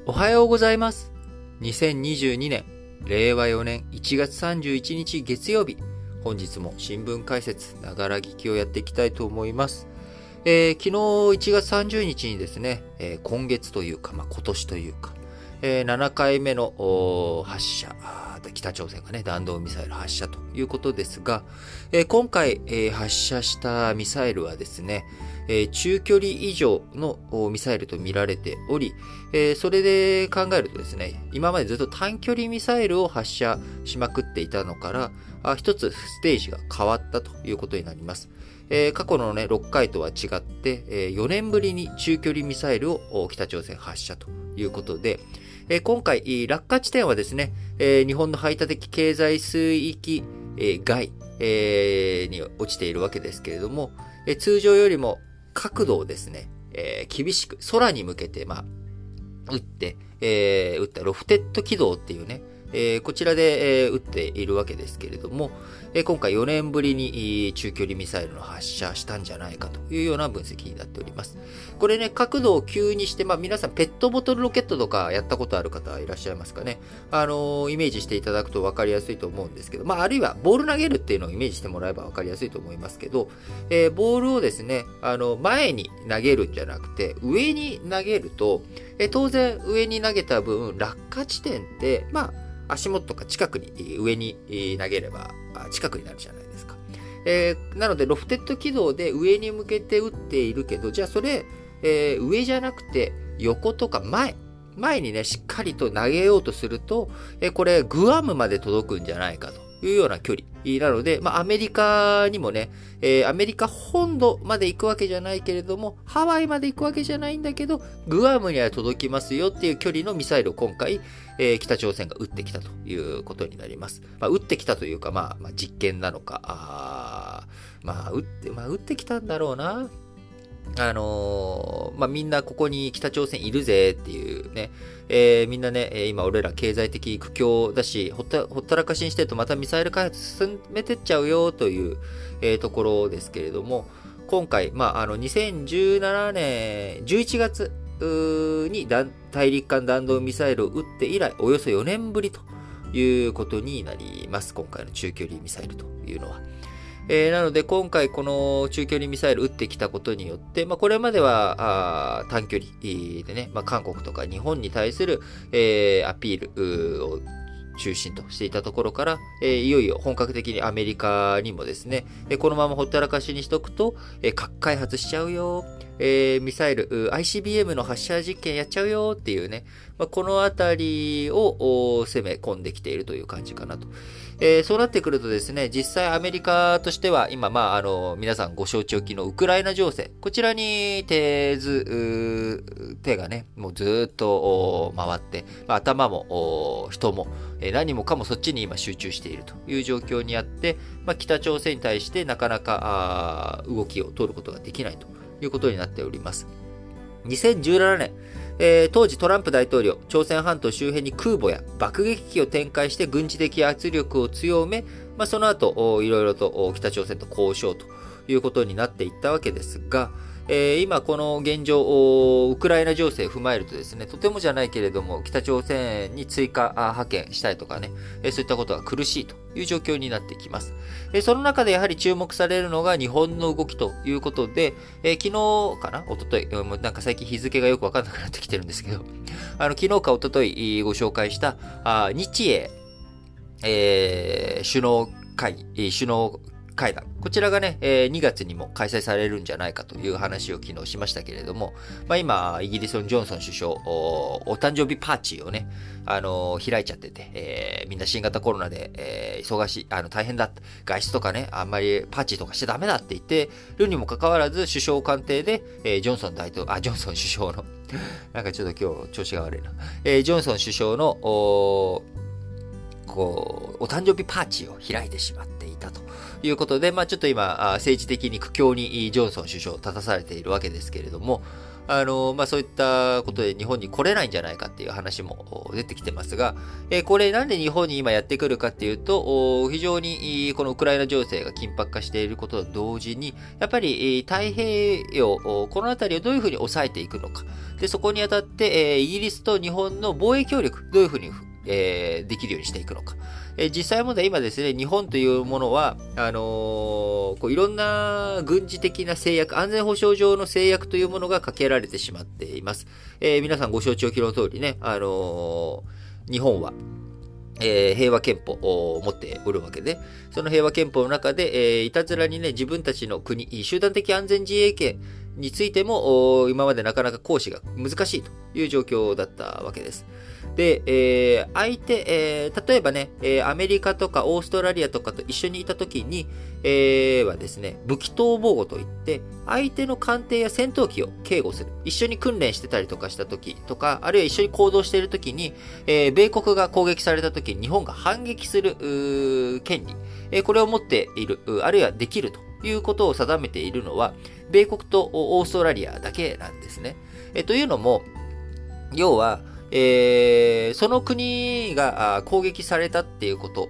おはようございます。2022年、令和4年1月31日月曜日、本日も新聞解説、ながら聞きをやっていきたいと思います。昨日1月30日にですね、今月というか、今年というか、7回目の発射、北朝鮮がね、弾道ミサイル発射ということですが、今回、発射したミサイルはですね、中距離以上のミサイルと見られており、それで考えるとですね、今までずっと短距離ミサイルを発射しまくっていたのから、一つステージが変わったということになります。過去のね、6回とは違って、4年ぶりに中距離ミサイルを北朝鮮発射ということで、今回、落下地点はですね、日本の排他的経済水域、外、に落ちているわけですけれども、通常よりも角度をですね、厳しく空に向けて、撃ったロフテッド軌道っていうね、こちらで、撃っているわけですけれども、今回4年ぶりに中距離ミサイルの発射したんじゃないかというような分析になっております。これね、角度を急にして、皆さんペットボトルロケットとかやったことある方いらっしゃいますかね。イメージしていただくと分かりやすいと思うんですけど、あるいはボール投げるっていうのをイメージしてもらえば分かりやすいと思いますけど、ボールをですね、前に投げるんじゃなくて、上に投げると、当然上に投げた分、落下地点って、足元とか近くに上に投げれば近くになるじゃないですか。なのでロフテッド軌道で上に向けて打っているけど、じゃあそれ、上じゃなくて横とか前にねしっかりと投げようとすると、これグアムまで届くんじゃないかというような距離なので、アメリカにもね、アメリカ本土まで行くわけじゃないけれども、ハワイまで行くわけじゃないんだけど、グアムには届きますよっていう距離のミサイルを今回、北朝鮮が撃ってきたということになります。撃ってきたというか、実験なのか、撃ってきたんだろうな。みんなここに北朝鮮いるぜっていうね、みんなね、今俺ら経済的苦境だし、ほったらかしにしてるとまたミサイル開発進めてっちゃうよという、ところですけれども、今回、2017年11月に大陸間弾道ミサイルを撃って以来、およそ4年ぶりということになります。今回の中距離ミサイルというのは。なので今回この中距離ミサイル撃ってきたことによって、これまでは短距離でね、韓国とか日本に対する、アピールを中心としていたところから、いよいよ本格的にアメリカにもですね、このままほったらかしにしとくと、核開発しちゃうよ、ミサイル、ICBM の発射実験やっちゃうよっていうね、このあたりを攻め込んできているという感じかなと。そうなってくるとですね、実際アメリカとしては今、皆さんご承知おきのウクライナ情勢、こちらに手がね、もうずっと回って、頭も人も何もかもそっちに今集中しているという状況にあって、北朝鮮に対してなかなか動きを取ることができないということになっております。2017年、当時トランプ大統領、朝鮮半島周辺に空母や爆撃機を展開して軍事的圧力を強め、その後、いろいろと北朝鮮と交渉ということになっていったわけですが、今この現状、ウクライナ情勢を踏まえるとですね、とてもじゃないけれども、北朝鮮に追加派遣したいとかね、そういったことが苦しいという状況になってきます。その中でやはり注目されるのが日本の動きということで、昨日かな一昨日なんか最近日付がよくわかんなくなってきてるんですけど、昨日か一昨日ご紹介した日英、首脳会談。こちらがね、2月にも開催されるんじゃないかという話を昨日しましたけれども、今、イギリスのジョンソン首相、お誕生日パーティーをね、開いちゃってて、みんな新型コロナで、忙しい、大変だ。外出とかね、あんまりパーティーとかしちゃダメだって言ってるにもかかわらず、首相官邸で、ジョンソン首相の、なんかちょっと今日調子が悪いな。ジョンソン首相の、 お誕生日パーティーを開いてしまっていたということで、ちょっと今、政治的に苦境にジョンソン首相立たされているわけですけれども、そういったことで日本に来れないんじゃないかっていう話も出てきてますが、これなんで日本に今やってくるかっていうと、非常にこのウクライナ情勢が緊迫化していることと同時に、やっぱり太平洋、このあたりをどういうふうに抑えていくのか。で、そこにあたって、イギリスと日本の防衛協力、どういうふうにできるようにしていくのか。実際問題今ですね、日本というものは、いろんな軍事的な制約、安全保障上の制約というものがかけられてしまっています。皆さんご承知おきの通りね、日本は、平和憲法を持っておるわけで、その平和憲法の中で、いたずらにね、自分たちの国、集団的安全自衛権についても、今までなかなか行使が難しいという状況だったわけです。で、相手、例えばね、アメリカとかオーストラリアとかと一緒にいたときに、はですね、武器統防護といって、相手の艦艇や戦闘機を警護する。一緒に訓練してたりとかしたときとか、あるいは一緒に行動しているときに、米国が攻撃されたときに日本が反撃する、権利、これを持っている、あるいはできるということを定めているのは、米国とオーストラリアだけなんですね。というのも、要は、その国が攻撃されたっていうこと、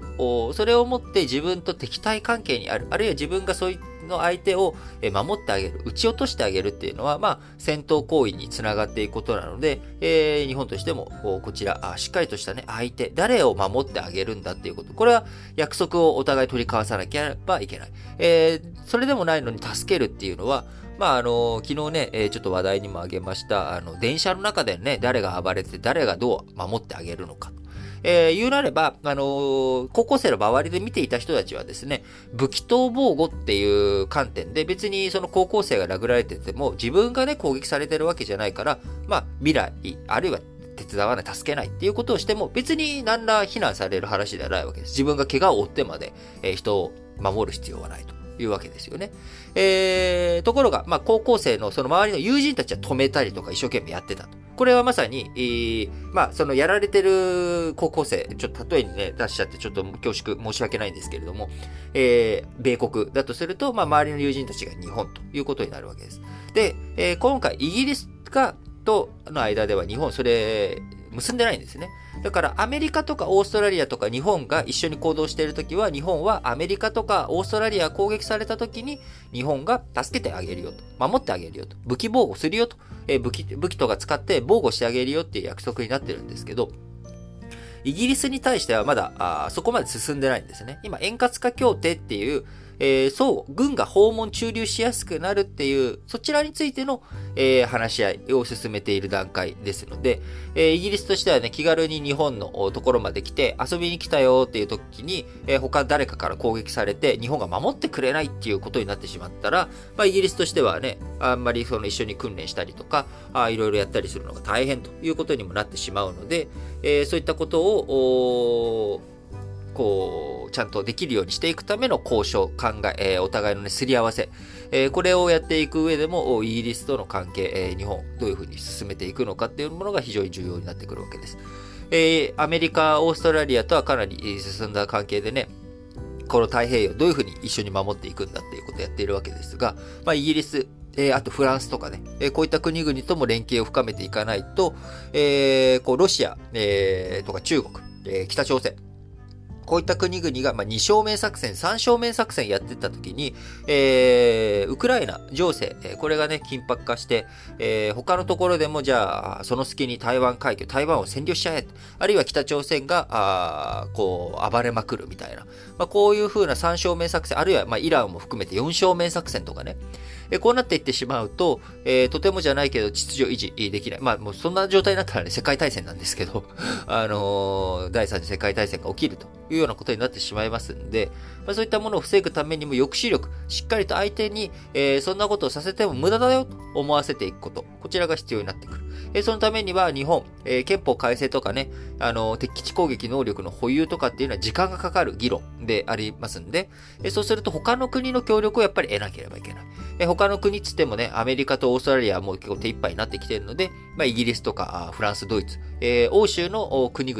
それをもって自分と敵対関係にある、あるいは自分がそういうの相手を守ってあげる、撃ち落としてあげるっていうのは、戦闘行為につながっていくことなので、日本としても、こちら、しっかりとしたね、相手、誰を守ってあげるんだっていうこと。これは約束をお互い取り交わさなければいけない。それでもないのに助けるっていうのは、昨日ね、ちょっと話題にも挙げました、電車の中でね、誰が暴れて、誰がどう守ってあげるのか。言うなれば、高校生の周りで見ていた人たちはですね、武器統防護っていう観点で別にその高校生が殴られてても、自分がね、攻撃されてるわけじゃないから、未来、あるいは手伝わない、助けないっていうことをしても、別に何ら非難される話ではないわけです。自分が怪我を負ってまで、人を守る必要はないというわけですよね。ところが、高校生のその周りの友人たちは止めたりとか一生懸命やってたと。これはまさに、そのやられてる高校生、ちょっと例えにね、出しちゃってちょっと恐縮申し訳ないんですけれども、米国だとすると、周りの友人たちが日本ということになるわけです。で、今回イギリスとの間では日本それ結んでないんですね。だからアメリカとかオーストラリアとか日本が一緒に行動しているときは、日本はアメリカとかオーストラリアが攻撃されたときに日本が助けてあげるよと、守ってあげるよと、武器防護するよと、武器とか使って防護してあげるよっていう約束になってるんですけど、イギリスに対してはまだそこまで進んでないんですね。今円滑化協定っていう軍が訪問駐留しやすくなるっていう、そちらについての、話し合いを進めている段階ですので、イギリスとしてはね、気軽に日本のところまで来て遊びに来たよっていう時に、他誰かから攻撃されて日本が守ってくれないっていうことになってしまったら、イギリスとしてはね、あんまり一緒に訓練したりとか、いろいろやったりするのが大変ということにもなってしまうので、そういったことを、ちゃんとできるようにしていくための交渉、考え、お互いのね、すり合わせ、これをやっていく上でも、イギリスとの関係、日本、どういうふうに進めていくのかっていうものが非常に重要になってくるわけです。アメリカ、オーストラリアとはかなり進んだ関係でね、この太平洋、どういうふうに一緒に守っていくんだっていうことをやっているわけですが、イギリス、あとフランスとかね、こういった国々とも連携を深めていかないと、ロシア、とか中国、北朝鮮、こういった国々が、2正面作戦、3正面作戦やってった時に、ウクライナ情勢、これがね、緊迫化して、他のところでもじゃあ、その隙に台湾海峡、台湾を占領しちゃえ、あるいは北朝鮮が、暴れまくるみたいな。こういう風な3正面作戦、あるいは、イランも含めて4正面作戦とかね。こうなっていってしまうと、とてもじゃないけど秩序維持できない。もうそんな状態になったらね、世界大戦なんですけど、第三次世界大戦が起きるというようなことになってしまいますんで、そういったものを防ぐためにも抑止力、しっかりと相手に、そんなことをさせても無駄だよと思わせていくこと、こちらが必要になってくる。そのためには日本、憲法改正とかね、敵基地攻撃能力の保有とかっていうのは時間がかかる議論でありますんで、そうすると他の国の協力をやっぱり得なければいけない。他の国っつってもね、アメリカとオーストラリアはもう結構手一杯になってきているので、イギリスとかフランス、ドイツ、欧州の国々、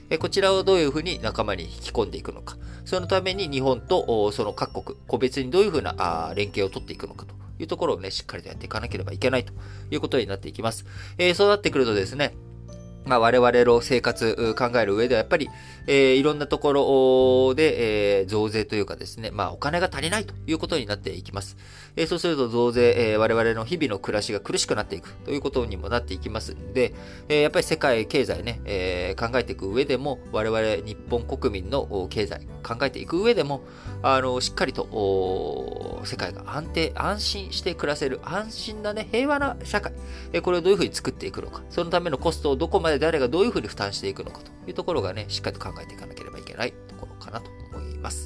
こちらをどういうふうに仲間に引き込んでいくのか。そのために日本とその各国、個別にどういうふうな連携を取っていくのかというところをね、しっかりとやっていかなければいけないということになっていきます。そうなってくるとですね、我々の生活考える上ではやっぱり、いろんなところで、増税というかですね、お金が足りないということになっていきます。そうすると増税、我々の日々の暮らしが苦しくなっていくということにもなっていきますので、やっぱり世界経済ね、考えていく上でも、我々日本国民の経済考えていく上でも、しっかりと世界が安心して暮らせる、安心なね、平和な社会、これをどういうふうに作っていくのか、そのためのコストをどこまで誰がどういうふうに負担していくのかというところがね、しっかりと考えていかなければいけないところかなと思います。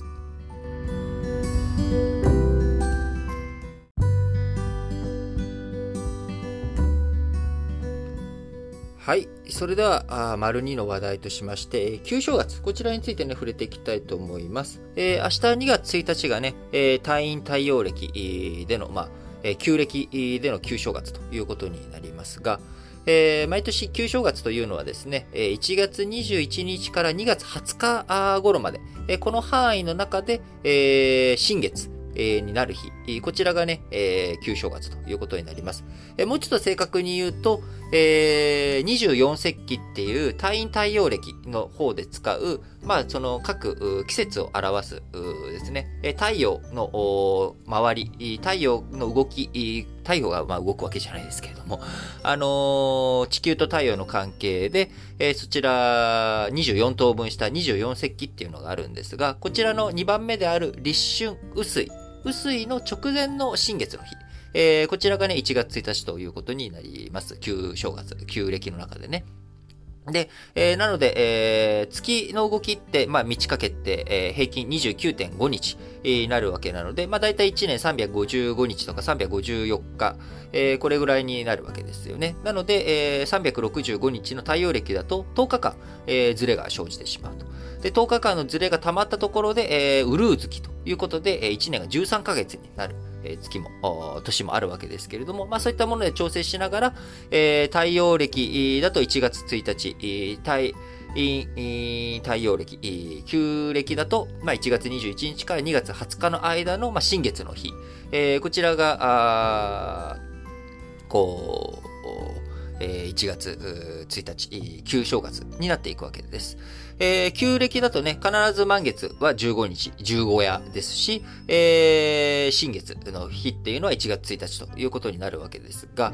はい。それでは、丸2の話題としまして、旧正月。こちらについてね、触れていきたいと思います。明日2月1日がね、太陰太陽暦での、旧暦での旧正月ということになりますが、毎年旧正月というのはですね、1月21日から2月20日頃まで、この範囲の中で、新月、になる日。こちらがね、旧正月ということになります。もうちょっと正確に言うと、24節気っていう太陰太陽暦の方で使う、その各季節を表すですね、太陽の周り、太陽の動き、太陽が動くわけじゃないですけれども、地球と太陽の関係で、そちら24等分した24節気っていうのがあるんですが、こちらの2番目である立春、雨水の直前の新月の日。こちらがね、1月1日ということになります。旧正月、旧暦の中でね。で、なので、月の動きって、満ち欠けて、平均 29.5 日になるわけなので、だいたい1年355日とか354日、これぐらいになるわけですよね。なので、365日の太陽暦だと10日間、ズレが生じてしまうと。で、10日間のズレが溜まったところで、うるう月ということで、1年が13ヶ月になる。月も、年もあるわけですけれども、そういったもので調整しながら、太陽暦だと1月1日、太陽暦、旧暦だと、1月21日から2月20日の間の、新月の日、こちらが、1月1日、旧正月になっていくわけです。旧暦だとね、必ず満月は15日、15夜ですし、新月の日っていうのは1月1日ということになるわけですが、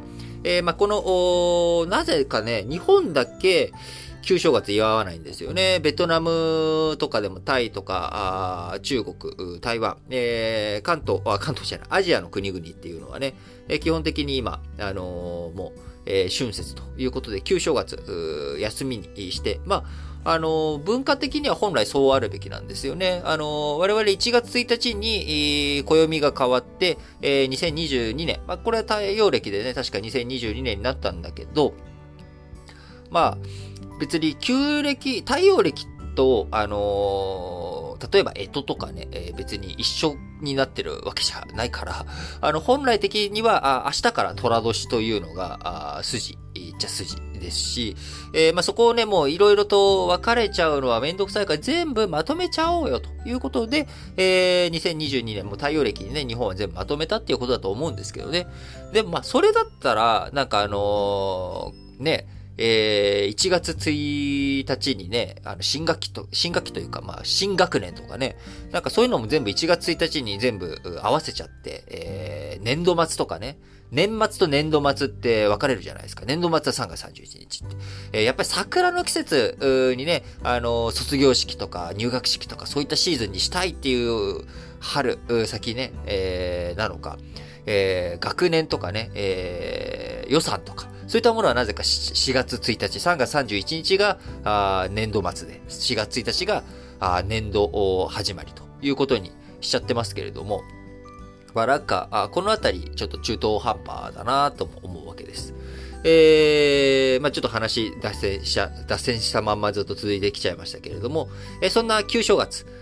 なぜかね、日本だけ、旧正月祝わないんですよね。ベトナムとかでもタイとか、中国、台湾、関東じゃない、アジアの国々っていうのはね、基本的に今、もう、春節ということで、旧正月、休みにして、文化的には本来そうあるべきなんですよね。我々1月1日に、暦が変わって、2022年、これは太陽暦でね、確か2022年になったんだけど、別に旧暦、太陽暦と、例えば干支とかね、別に一緒になってるわけじゃないから、本来的には、明日から寅年というのが、筋ですし、そこをね、もういろいろと分かれちゃうのはめんどくさいから全部まとめちゃおうよということで、2022年も太陽暦にね、日本は全部まとめたっていうことだと思うんですけどね。でもそれだったら、1月1日にね、新学期というか、新学年とかね、そういうのも全部1月1日に全部合わせちゃって、年度末とかね、年末と年度末って分かれるじゃないですか。年度末は3月31日って。やっぱり桜の季節にね、卒業式とか入学式とかそういったシーズンにしたいっていう春先ね、なのか、学年とかね、予算とか、そういったものはなぜか4月1日、3月31日が年度末で、4月1日が年度始まりということにしちゃってますけれども、このあたりちょっと中途半端だなと思うわけです。ちょっと話脱線したまんまずっと続いてきちゃいましたけれども、そんな旧正月、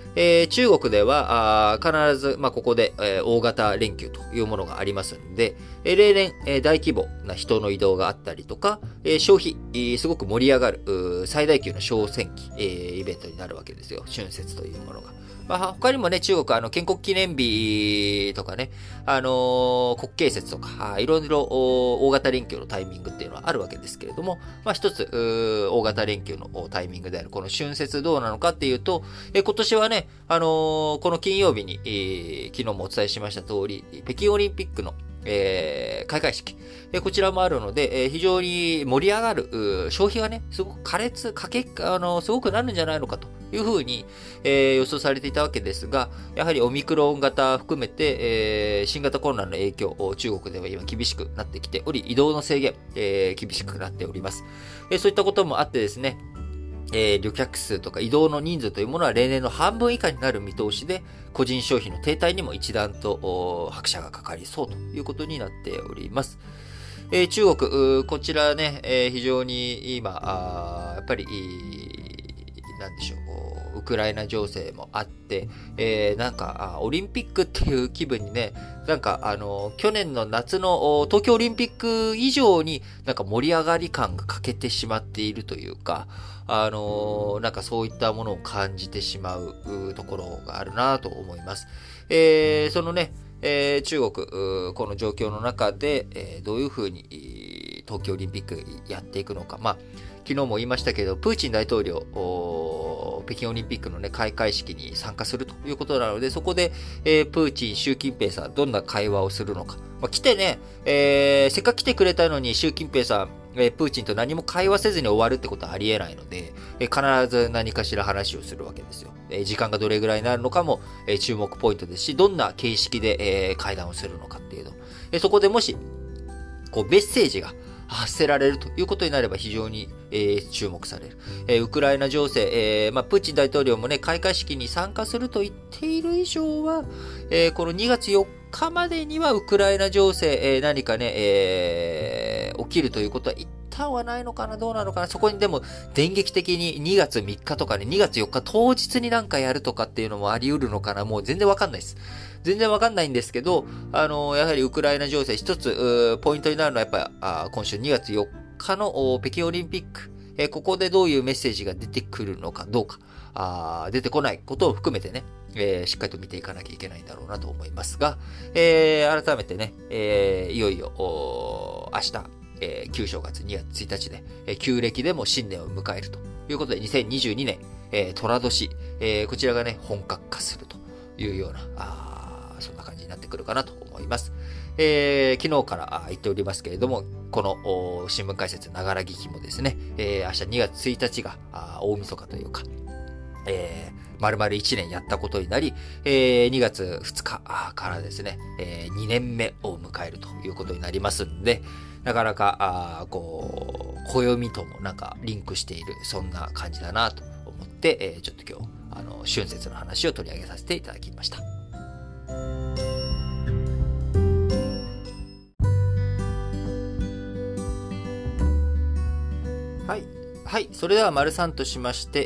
中国では必ず、ここで、大型連休というものがありますんで、例年、大規模な人の移動があったりとか、消費、すごく盛り上がる最大級の小選期、イベントになるわけですよ。春節というものが。他にもね、中国建国記念日とかね、国慶節とか、いろいろ大型連休のタイミングっていうのはあるわけですけれども、一つ、大型連休のタイミングである、この春節どうなのかっていうと、今年はね、この金曜日に、昨日もお伝えしました通り、北京オリンピックの開会式。こちらもあるので、非常に盛り上がる、消費がね、すごくすごくなるんじゃないのかというふうに、予想されていたわけですが、やはりオミクロン型含めて、新型コロナの影響、中国では今厳しくなってきており、移動の制限、厳しくなっております。そういったこともあってですね、旅客数とか移動の人数というものは例年の半分以下になる見通しで、個人消費の停滞にも一段と拍車がかかりそうということになっております。中国、こちらね、非常に今、やっぱり、なんでしょう、ウクライナ情勢もあって、オリンピックっていう気分にね、去年の夏の東京オリンピック以上に盛り上がり感が欠けてしまっているというか、そういったものを感じてしまうところがあるなと思います。そのね、中国、この状況の中で、どういうふうに東京オリンピックやっていくのか。昨日も言いましたけど、プーチン大統領、北京オリンピックのね、開会式に参加するということなので、そこで、プーチン、習近平さん、どんな会話をするのか。来てね、せっかく来てくれたのに、習近平さん、プーチンと何も会話せずに終わるってことはありえないので、必ず何かしら話をするわけですよ。時間がどれぐらいになるのかも、注目ポイントですし、どんな形式で、会談をするのかっていうの。そこでもし、メッセージが発せられるということになれば非常に、注目される。ウクライナ情勢、プーチン大統領もね、開会式に参加すると言っている以上は、この2月4日までにはウクライナ情勢、何かね、起きるということは一旦はないのかな、どうなのかな。そこにでも電撃的に2月3日とかね、2月4日当日にやるとかっていうのもあり得るのかな、もう全然わかんないです。全然わかんないんですけど、やはりウクライナ情勢一つ、ポイントになるのはやっぱ今週2月4日の北京オリンピック、ここでどういうメッセージが出てくるのかどうか、出てこないことを含めてね、しっかりと見ていかなきゃいけないんだろうなと思いますが、改めてね、いよいよ、明日、旧正月2月1日で、旧暦でも新年を迎えるということで、2022年、寅年、こちらがね、本格化するというような、そんな感じになってくるかなと思います。昨日から言っておりますけれども、この新聞解説ながら聞きもですね、明日2月1日が大晦日というか、丸々1年やったことになり、2月2日からですね、2年目を迎えるということになりますんで、なかなか、暦ともリンクしている、そんな感じだなと思って、ちょっと今日、春節の話を取り上げさせていただきました。はい。それでは、丸3としまして、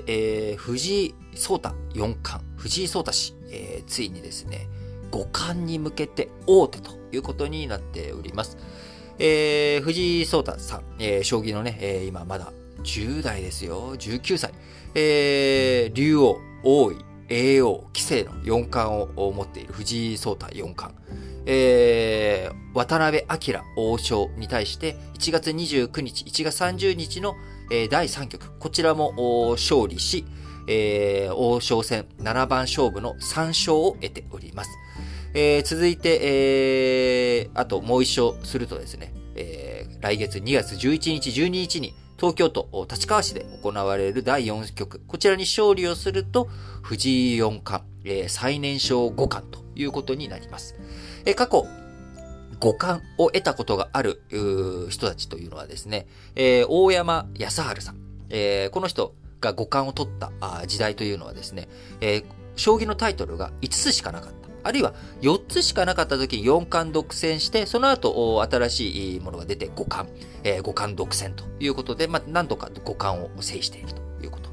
藤井聡太四冠、藤井聡太氏、ついにですね、五冠に向けて王手ということになっております。藤井聡太さん、将棋のね、今まだ10代ですよ、19歳。竜王、王位、叡王、棋聖の四冠を持っている藤井聡太四冠。渡辺明王将に対して1月29日、1月30日の第3局、こちらも勝利し、王将戦7番勝負の3勝を得ております。続いて、あともう一勝するとですね、来月2月11日、12日に東京都立川市で行われる第4局、こちらに勝利をすると、藤井四冠、最年少五冠ということになります。過去、五冠を得たことがある人たちというのはですね、大山康晴さん、この人が五冠を取った時代というのはですね、将棋のタイトルが5つしかなかった。あるいは4つしかなかった時に4冠独占して、その後新しいものが出て五冠独占ということで、なんとか五冠を制しているということ。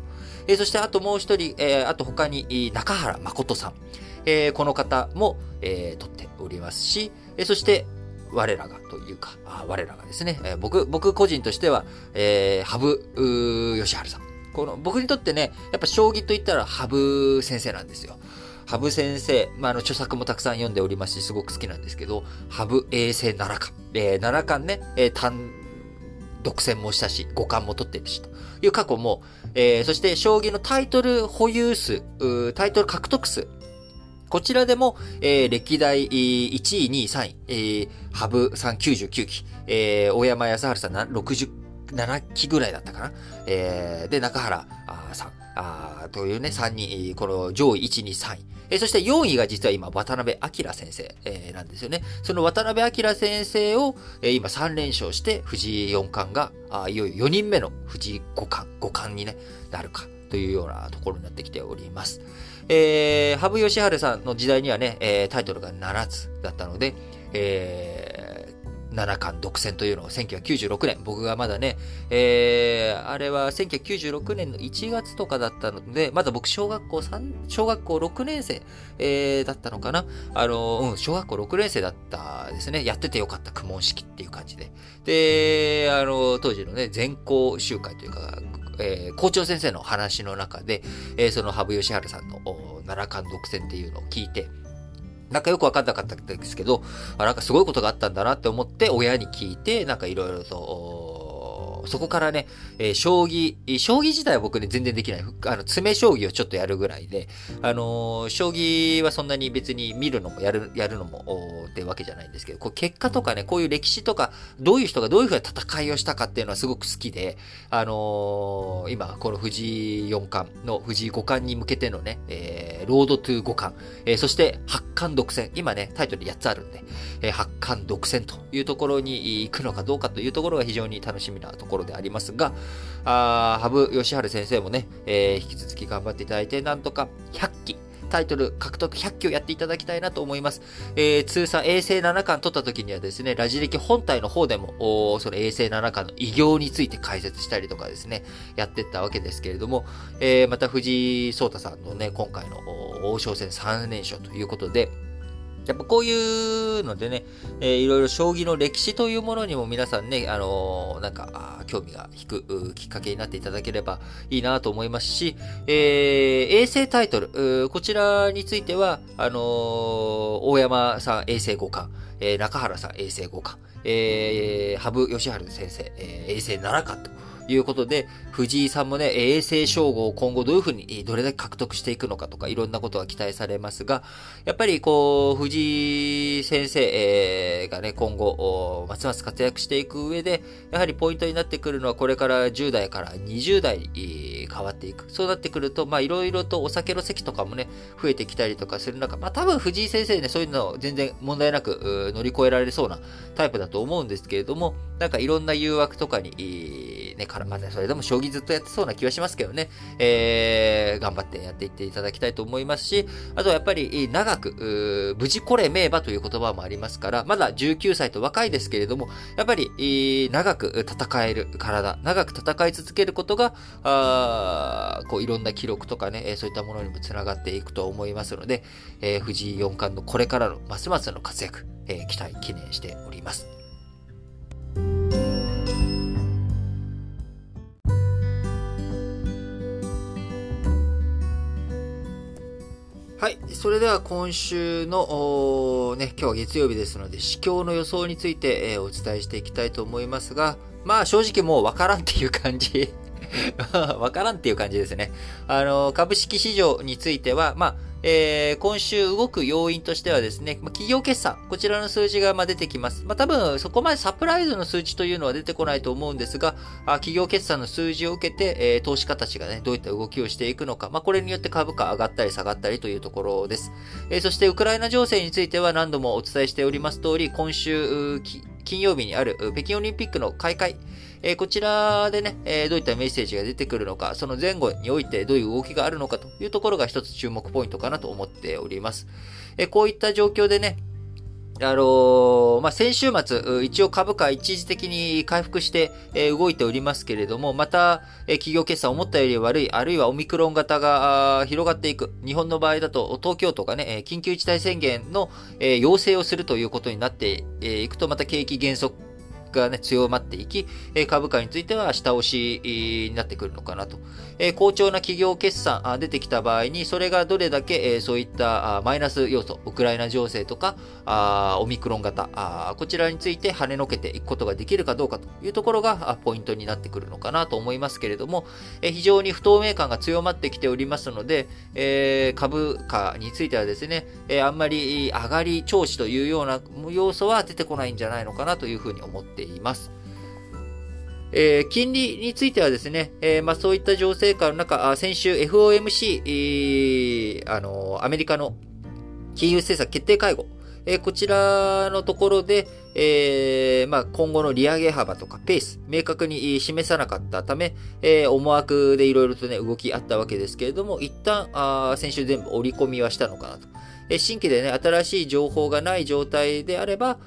そしてあともう一人、あと他に中原誠さん。この方も、取っておりますし、そして、我らがというか、我らがですね、僕個人としては、羽生善治さん。僕にとってね、やっぱ将棋と言ったら羽生先生なんですよ。羽生先生、著作もたくさん読んでおりますし、すごく好きなんですけど、羽生永世七冠。七冠ね、独占もしたし、五冠も取ってるし、という過去も、そして将棋のタイトル保有数、タイトル獲得数、こちらでも、歴代1位、2位、3位、羽生さん99期、大山康晴さん67期ぐらいだったかな。で、中原さんというね、3人、この上位1、2、3位。そして4位が実は今、渡辺明先生、なんですよね。その渡辺明先生を、今3連勝して、藤井四冠が、いよいよ4人目の藤井五冠に、ね、なるかというようなところになってきております。羽生善治さんの時代にはね、タイトルが7つだったので、七冠独占というのを1996年、僕がまだね、あれは1996年の1月とかだったので、まだ僕小学校6年生、だったのかな。小学校6年生だったですね。やっててよかった公文式っていう感じで。で、当時のね、全校集会というか、校長先生の話の中で、その羽生善治さんの七冠独占っていうのを聞いて、なんかよくわかんなかったんですけど、なんかすごいことがあったんだなって思って親に聞いて、なんかいろいろと、そこからね、将棋自体は僕ね全然できない。詰将棋をちょっとやるぐらいで、将棋はそんなに別に見るのもやるのもってわけじゃないんですけど、こう結果とかね、こういう歴史とか、どういう人がどういうふうな戦いをしたかっていうのはすごく好きで、今、この藤井四冠の藤井五冠に向けてのね、ロードトゥー五冠、そして八冠独占、今ね、タイトル8つあるんで、八冠独占というところに行くのかどうかというところが非常に楽しみなところでありますが、羽生善治先生もね、引き続き頑張っていただいて、なんとか100期、タイトル獲得100期をやっていただきたいなと思います。通算永世七冠取った時にはですね、ラジ歴本体の方でも、その永世七冠の偉業について解説したりとかですね、やってったわけですけれども、また藤井聡太さんのね、今回の王将戦3連勝ということで、やっぱこういうのでね、いろいろ将棋の歴史というものにも皆さんね、なんか、興味が引くきっかけになっていただければいいなと思いますし、永世タイトル、こちらについては、大山さん永世五冠、中原さん永世五冠、羽生善治先生、永世七冠と、いうことで、藤井さんもね、永世称号を今後どういうふうに、どれだけ獲得していくのかとか、いろんなことが期待されますが、やっぱりこう、藤井先生、がね、今後、ますます活躍していく上で、やはりポイントになってくるのは、これから10代から20代に変わっていく。そうなってくると、いろいろとお酒の席とかもね、増えてきたりとかする中、多分藤井先生ね、そういうの全然問題なく乗り越えられそうなタイプだと思うんですけれども、なんかいろんな誘惑とかに、ね、それでも将棋ずっとやってそうな気はしますけどね、頑張ってやっていっていただきたいと思いますし、あとはやっぱり長く、無事これ名馬という言葉もありますから、まだ19歳と若いですけれども、やっぱり長く戦える体、長く戦い続けることが、こういろんな記録とかね、そういったものにもつながっていくと思いますので、藤井四冠のこれからのますますの活躍、期待、記念しております。はい。それでは今週の、ね、今日は月曜日ですので、市況の予想について、お伝えしていきたいと思いますが、正直もうわからんっていう感じ。わからんっていう感じですね。株式市場については、今週動く要因としてはですね、企業決算、こちらの数字が出てきます。多分そこまでサプライズの数値というのは出てこないと思うんですが、企業決算の数字を受けて、投資家たちがね、どういった動きをしていくのか、これによって株価上がったり下がったりというところです。そしてウクライナ情勢については何度もお伝えしております通り、今週、金曜日にある北京オリンピックの開会、こちらでね、どういったメッセージが出てくるのか、その前後においてどういう動きがあるのかというところが一つ注目ポイントかなと思っております。こういった状況でね、 先週末、一応株価一時的に回復して、動いておりますけれども、また、企業決算思ったより悪い、あるいはオミクロン型が広がっていく。日本の場合だと、東京都がね、緊急事態宣言の、要請をするということになっていくと、また景気減速がね、強まっていき、株価については下押しになってくるのかなと。好調な企業決算出てきた場合に、それがどれだけそういったマイナス要素、ウクライナ情勢とか、オミクロン型、こちらについて跳ねのけていくことができるかどうかというところがポイントになってくるのかなと思いますけれども、非常に不透明感が強まってきておりますので、株価についてはですね、あんまり上がり調子というような要素は出てこないんじゃないのかなというふうに思っています。金利についてはですね、そういった情勢下の中、先週 FOMC、アメリカの金融政策決定会合、こちらのところで、今後の利上げ幅とかペース、明確に示さなかったため、思惑でいろいろとね、動きあったわけですけれども、一旦、先週全部織り込みはしたのかなと。新規でね、新しい情報がない状態であれば、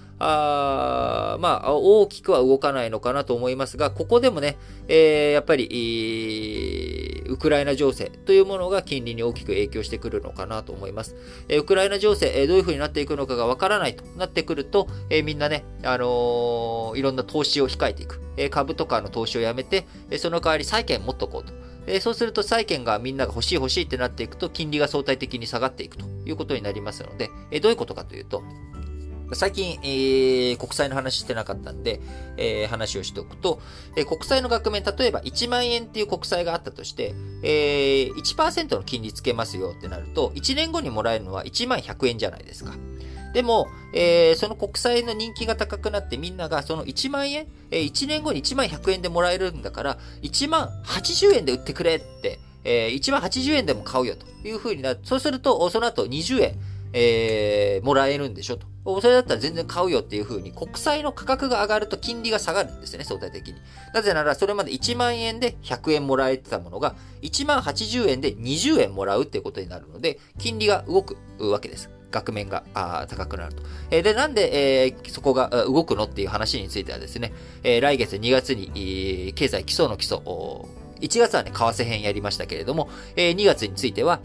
大きくは動かないのかなと思いますが、ここでもね、やっぱり、ウクライナ情勢というものが金利に大きく影響してくるのかなと思います。ウクライナ情勢、どういう風になっていくのかがわからないとなってくると、みんなね、いろんな投資を控えていく。株とかの投資をやめて、その代わり債券持っとこうと。そうすると債券がみんなが欲しいってなっていくと、金利が相対的に下がっていくということになりますので、どういうことかというと、最近、国債の話してなかったんで、話をしておくと、国債の額面、例えば1万円っていう国債があったとして、1% の金利つけますよってなると、1年後にもらえるのは1万100円じゃないですか。でも、その国債の人気が高くなってみんながその1万円、1年後に1万100円でもらえるんだから、1万80円で売ってくれって、1万80円でも買うよという風になる。そうすると、その後20円、もらえるんでしょと。それだったら全然買うよっていう風に国債の価格が上がると金利が下がるんですよね、相対的に。なぜならそれまで1万円で100円もらえてたものが1万80円で20円もらうっていうことになるので、金利が動くわけです。額面が高くなると。で、なんで、そこが動くのっていう話についてはですね、来月2月に、経済基礎の基礎、1月はね、為替編やりましたけれども、2月については、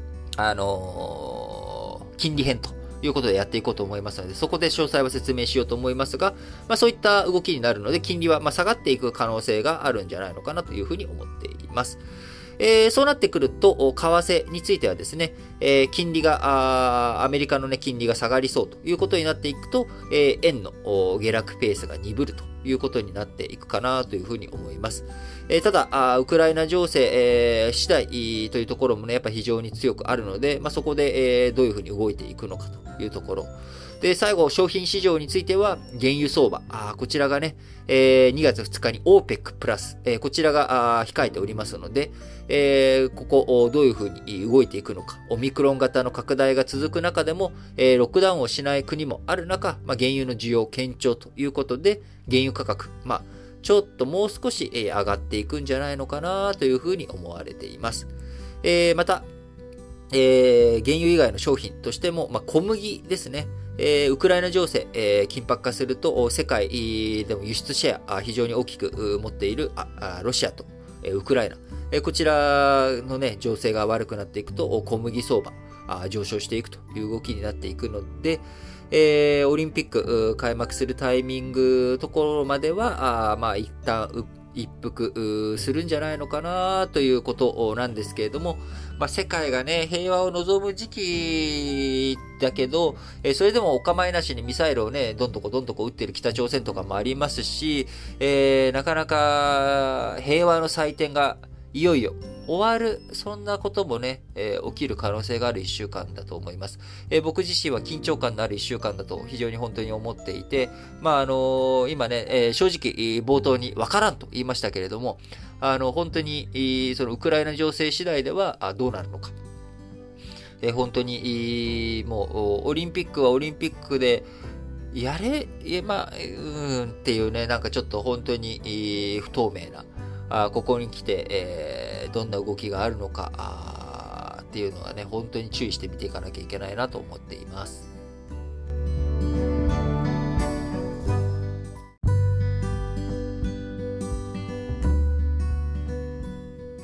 金利編ということでやっていこうと思いますので、そこで詳細は説明しようと思いますが、そういった動きになるので、金利は下がっていく可能性があるんじゃないのかなというふうに思っています。そうなってくると、為替についてはですね、金利が、アメリカのね、金利が下がりそうということになっていくと、円の下落ペースが鈍るということになっていくかなというふうに思います。ただ、ウクライナ情勢、次第というところもね、やっぱ非常に強くあるので、そこで、どういうふうに動いていくのかというところ。で、最後、商品市場については、原油相場。こちらがね、2月2日に OPEC プラス、こちらが控えておりますので、ここ、どういうふうに動いていくのか。オミクロン型の拡大が続く中でも、ロックダウンをしない国もある中、原油の需要堅調ということで、原油価格、ちょっともう少し上がっていくんじゃないのかなというふうに思われています。また、原油以外の商品としても、小麦ですね。ウクライナ情勢、緊迫化すると、世界でも輸出シェア、非常に大きく持っているロシアとウクライナ。こちらのね、情勢が悪くなっていくと、小麦相場、上昇していくという動きになっていくので、オリンピック開幕するタイミングところまでは、一旦一服するんじゃないのかなということなんですけれども、世界がね、平和を望む時期だけど、それでもお構いなしにミサイルをね、どんどこ撃ってる北朝鮮とかもありますし、なかなか平和の祭典がいよいよ終わる、そんなこともね、起きる可能性がある一週間だと思います。僕自身は緊張感のある一週間だと非常に本当に思っていて、今ね、正直冒頭にわからんと言いましたけれども、本当に、そのウクライナ情勢次第ではどうなるのか。本当に、もう、オリンピックはオリンピックで、やれ、っていうね、なんかちょっと本当に不透明な、ここに来て、どんな動きがあるのかっていうのはね、本当に注意して見ていかなきゃいけないなと思っています。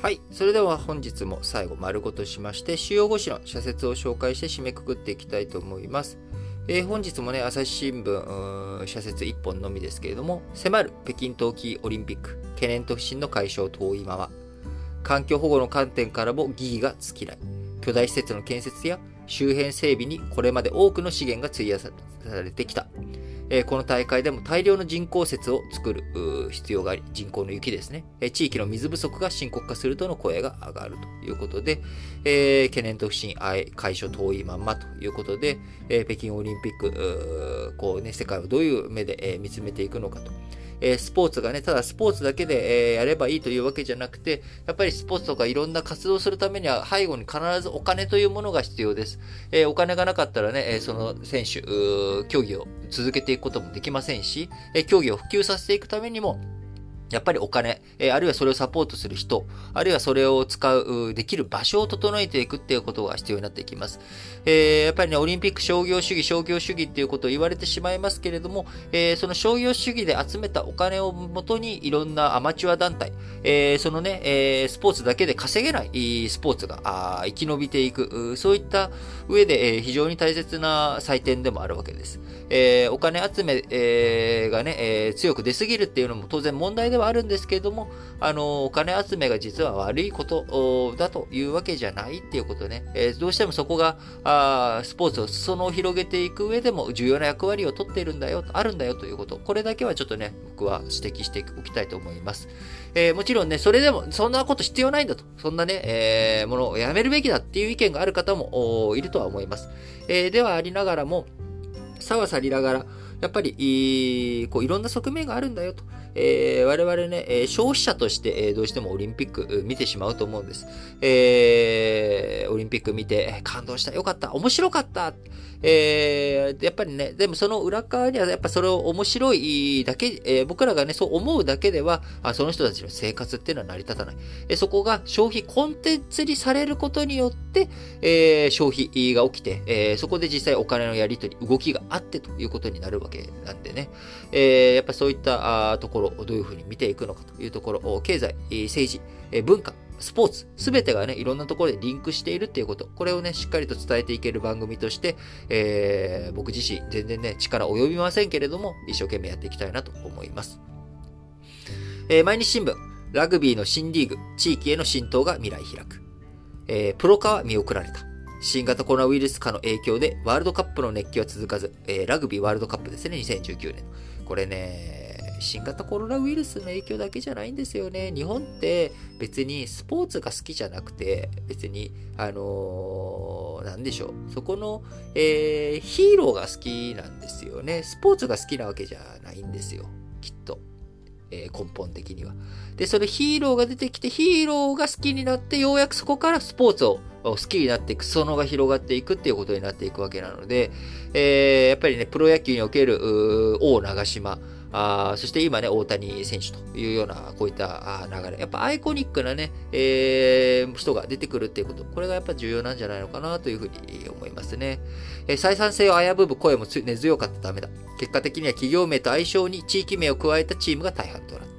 はい。それでは本日も最後丸ごとしまして、主要5紙の社説を紹介して締めくくっていきたいと思います。本日もね、朝日新聞、社説1本のみですけれども、迫る北京冬季オリンピック、懸念と不信の解消遠いまま。環境保護の観点からも疑義が尽きない。巨大施設の建設や周辺整備にこれまで多くの資源が費やされてきた。この大会でも大量の人工施設を作る必要があり、人工の雪ですね。地域の水不足が深刻化するとの声が上がるということで、懸念と不信、解消遠いまんまということで、北京オリンピック、世界をどういう目で見つめていくのかと。スポーツがね、ただスポーツだけで、やればいいというわけじゃなくて、やっぱりスポーツとかいろんな活動をするためには背後に必ずお金というものが必要です。お金がなかったらね、その選手、競技を続けていくこともできませんし、競技を普及させていくためにも、やっぱりお金、あるいはそれをサポートする人、あるいはそれを使う、できる場所を整えていくっていうことが必要になっていきます。やっぱりね、オリンピック商業主義っていうことを言われてしまいますけれども、その商業主義で集めたお金をもとにいろんなアマチュア団体、そのね、スポーツだけで稼げないスポーツが生き延びていく、そういった上で、非常に大切な祭典でもあるわけです。お金集め、がね、強く出すぎるっていうのも当然問題ではあるんですけれども、お金集めが実は悪いことだというわけじゃないっていうことね。どうしてもそこが、スポーツを裾野を広げていく上でも重要な役割を取っているんだよ、あるんだよということ。これだけはちょっとね、僕は指摘しておきたいと思います。もちろんね、それでも、そんなこと必要ないんだと。そんなね、ものをやめるべきだっていう意見がある方もいるとは思います。ではありながらも、さはさりながら、やっぱり、いろんな側面があるんだよと。我々ね、消費者として、どうしてもオリンピック見てしまうと思うんです。オリンピック見て感動した、よかった、面白かった。やっぱりね、でもその裏側にはやっぱそれを面白いだけ、僕らがね、そう思うだけでは、その人たちの生活っていうのは成り立たない。そこが消費コンテンツにされることによって、消費が起きて、そこで実際お金のやり取り、動きがあってということになるわけなんでね。やっぱりそういったところをどういうふうに見ていくのかというところ、経済、政治、文化、スポーツ、すべてがね、いろんなところでリンクしているっていうこと、これをね、しっかりと伝えていける番組として、僕自身、全然ね、力及びませんけれども、一生懸命やっていきたいなと思います。毎日新聞、ラグビーの新リーグ、地域への浸透が未来開く。プロ化は見送られた。新型コロナウイルス化の影響でワールドカップの熱気は続かず、ラグビーワールドカップですね、2019年。これね、新型コロナウイルスの影響だけじゃないんですよね。日本って別にスポーツが好きじゃなくて、別に、なんでしょう。そこの、ヒーローが好きなんですよね。スポーツが好きなわけじゃないんですよ。きっと。根本的には。で、そのヒーローが出てきて、ヒーローが好きになって、ようやくそこからスポーツを好きになっていく、裾野が広がっていくっていうことになっていくわけなので、やっぱりね、プロ野球における王長島、そして今ね、大谷選手というような、こういった流れ。やっぱアイコニックなね、人が出てくるっていうこと。これがやっぱ重要なんじゃないのかなというふうに思いますね。採算性を危ぶむ声も根強かったためだ。結果的には企業名と相性に地域名を加えたチームが大半となった。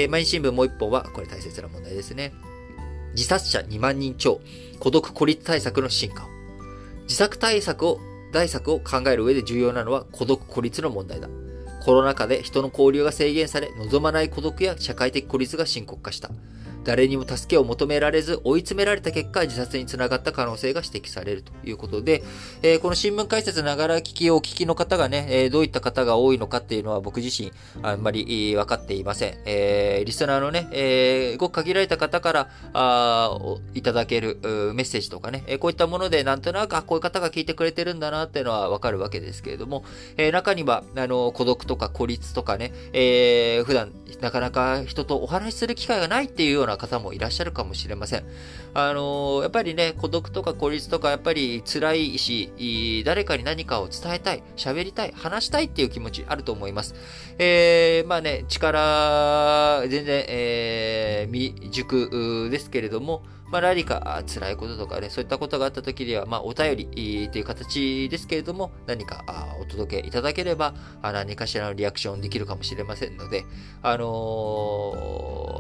毎日新聞もう一本は、これ大切な問題ですね。自殺者2万人超、孤独孤立対策の進化を。自殺対策を考える上で重要なのは孤独孤立の問題だ。コロナ禍で人の交流が制限され、望まない孤独や社会的孤立が深刻化した。誰にも助けを求められず追い詰められた結果、自殺につながった可能性が指摘されるということで、この新聞解説ながら聞きをお聞きの方がね、どういった方が多いのかっていうのは僕自身あんまり分かっていません。リスナーのね、ごく限られた方からいただけるメッセージとかね、こういったものでなんとなくこういう方が聞いてくれてるんだなっていうのは分かるわけですけれども、中には孤独とか孤立とかね、普段なかなか人とお話しする機会がないっていうような方もいらっしゃるかもしれません。やっぱりね、孤独とか孤立とかやっぱり辛いし、誰かに何かを伝えたい、喋りたい、話したいっていう気持ちあると思います。まあね、力、全然、未熟ですけれども、何か辛いこととかね、そういったことがあった時には、お便りという形ですけれども、何かお届けいただければ、何かしらのリアクションできるかもしれませんので、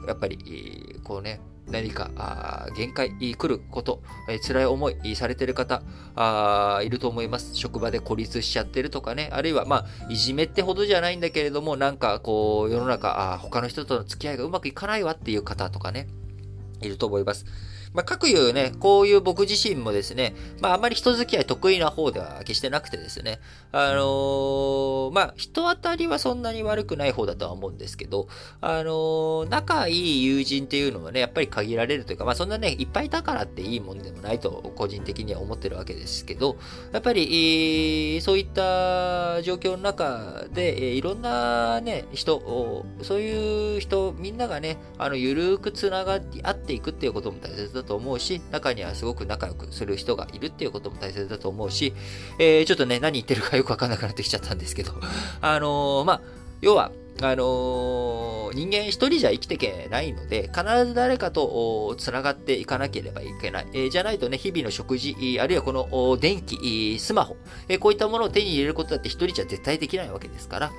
やっぱり、こうね、何か限界来ること、辛い思いされてる方いると思います。職場で孤立しちゃってるとかね、あるいはいじめってほどじゃないんだけれども、なんかこう世の中他の人との付き合いがうまくいかないわっていう方とかね、いると思います。各いうね、こういう僕自身もですね、あまり人付き合い得意な方では決してなくてですね、人当たりはそんなに悪くない方だとは思うんですけど、仲いい友人っていうのはね、やっぱり限られるというか、そんなね、いっぱいいたからっていいもんでもないと、個人的には思ってるわけですけど、やっぱり、そういった状況の中で、いろんなね、人、そういう人、みんながね、ゆるくつながって合っていくっていうことも大切だと思うし、中にはすごく仲良くする人がいるっていうことも大切だと思うし、ちょっとね、何言ってるかよくわかんなくなってきちゃったんですけど、要は、人間一人じゃ生きていけないので、必ず誰かと繋がっていかなければいけない。じゃないとね、日々の食事、あるいはこの電気、スマホ、こういったものを手に入れることだって一人じゃ絶対できないわけですから、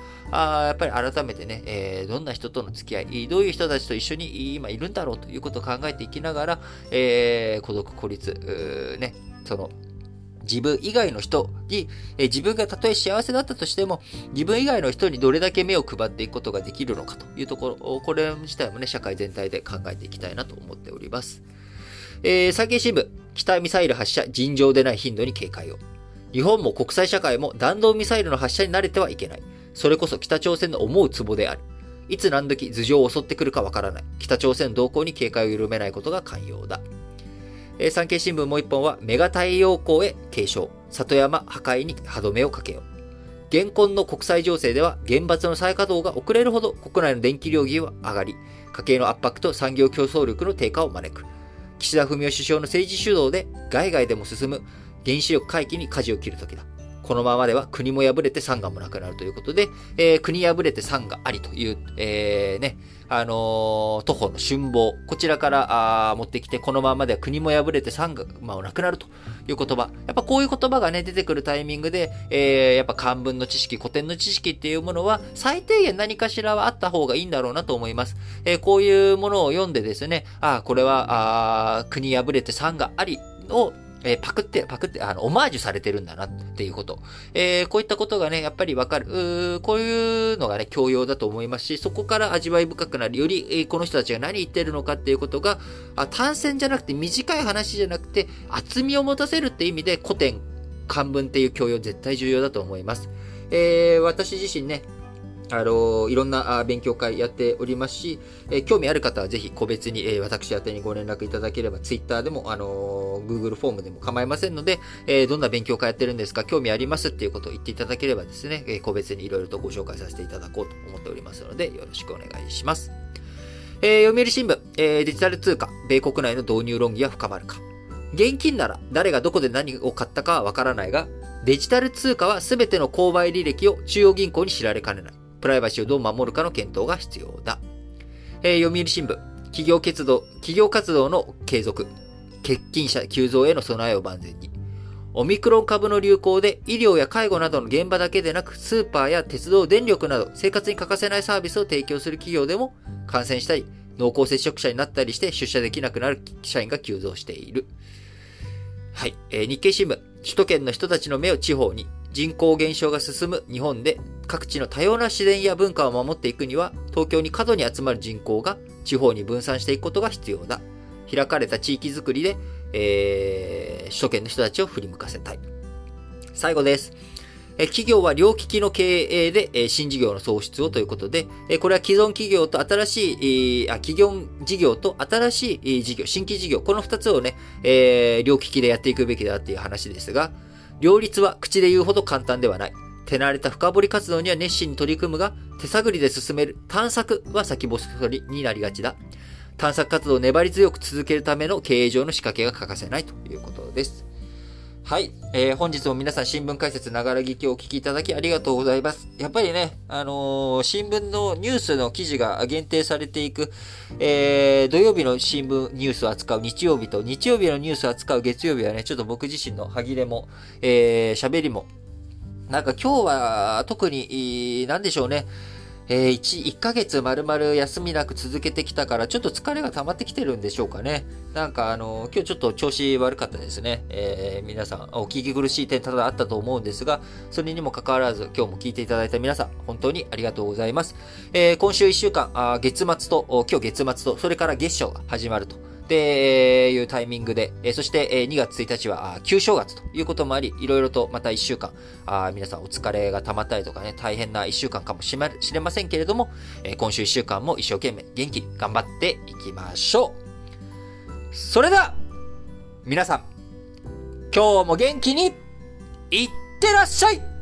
やっぱり改めてね、どんな人との付き合い、どういう人たちと一緒に今いるんだろうということを考えていきながら、孤独、孤立、ね、自分以外の人に、自分がたとえ幸せだったとしても、自分以外の人にどれだけ目を配っていくことができるのかというところ、これ自体もね、社会全体で考えていきたいなと思っております。産経新聞、北ミサイル発射、尋常でない頻度に警戒を。日本も国際社会も弾道ミサイルの発射に慣れてはいけない。それこそ北朝鮮の思うツボである。いつ何時頭上を襲ってくるかわからない。北朝鮮動向に警戒を緩めないことが肝要だ。産経新聞もう一本は、メガ太陽光へ警鐘。里山破壊に歯止めをかけよう。現今の国際情勢では、原発の再稼働が遅れるほど国内の電気料金は上がり、家計の圧迫と産業競争力の低下を招く。岸田文雄首相の政治主導で、海外でも進む原子力回帰に舵を切るときだ。このままでは国も破れて産業もなくなるということで、国破れて産がありという、徒歩の春望、こちらから持ってきて、このままでは国も破れて産がなくなるという言葉。やっぱこういう言葉がね、出てくるタイミングで、やっぱ漢文の知識、古典の知識っていうものは、最低限何かしらはあった方がいいんだろうなと思います。こういうものを読んでですね、これは、国破れて産がありを、パクって、オマージュされてるんだなっていうこと。こういったことがね、やっぱりわかる。こういうのがね、教養だと思いますし、そこから味わい深くなる。より、この人たちが何言ってるのかっていうことが、単線じゃなくて短い話じゃなくて、厚みを持たせるって意味で、古典、漢文っていう教養絶対重要だと思います。私自身ね、いろんな勉強会やっておりますし、興味ある方はぜひ個別に、私宛てにご連絡いただければ、Twitter でも、Google フォームでも構いませんので、どんな勉強会やってるんですか、興味ありますっていうことを言っていただければですね、個別にいろいろとご紹介させていただこうと思っておりますので、よろしくお願いします。読売新聞、デジタル通貨、米国内の導入論議は深まるか。現金なら誰がどこで何を買ったかはわからないが、デジタル通貨は全ての購買履歴を中央銀行に知られかねない。プライバシーをどう守るかの検討が必要だ。読売新聞、企業活動の継続、欠勤者急増への備えを万全に。オミクロン株の流行で医療や介護などの現場だけでなく、スーパーや鉄道、電力など生活に欠かせないサービスを提供する企業でも感染したり、濃厚接触者になったりして出社できなくなる社員が急増している。はい。日経新聞、首都圏の人たちの目を地方に。人口減少が進む日本で各地の多様な自然や文化を守っていくには、東京に過度に集まる人口が地方に分散していくことが必要だ。開かれた地域づくりで、首都圏の人たちを振り向かせたい。最後です。企業は両利きの経営で新事業の創出をということで、これは既存企業と新しい、企業事業と新しい事業、新規事業、この2つをね、両利きでやっていくべきだっていう話ですが、両立は口で言うほど簡単ではない。手慣れた深掘り活動には熱心に取り組むが、手探りで進める探索は先細りになりがちだ。探索活動を粘り強く続けるための経営上の仕掛けが欠かせないということです。はい。本日も皆さん新聞解説ながら聞きをお聞きいただきありがとうございます。やっぱりね、新聞のニュースの記事が限定されていく、土曜日の新聞ニュースを扱う日曜日と、日曜日のニュースを扱う月曜日はね、ちょっと僕自身の歯切れも、喋りも、なんか今日は特に、なんでしょうね、 1ヶ月丸々休みなく続けてきたから、ちょっと疲れが溜まってきてるんでしょうかね。なんか今日ちょっと調子悪かったですね。皆さん、お聞き苦しい点多々あったと思うんですが、それにもかかわらず、今日も聞いていただいた皆さん、本当にありがとうございます。今週1週間、月末と、今日月末と、それから月初が始まると。いうタイミングで、そして2月1日は旧正月ということもあり、いろいろとまた1週間、皆さんお疲れが溜まったりとかね、大変な1週間かもしれませんけれども、今週1週間も一生懸命元気に頑張っていきましょう。それでは、皆さん、今日も元気にいってらっしゃい。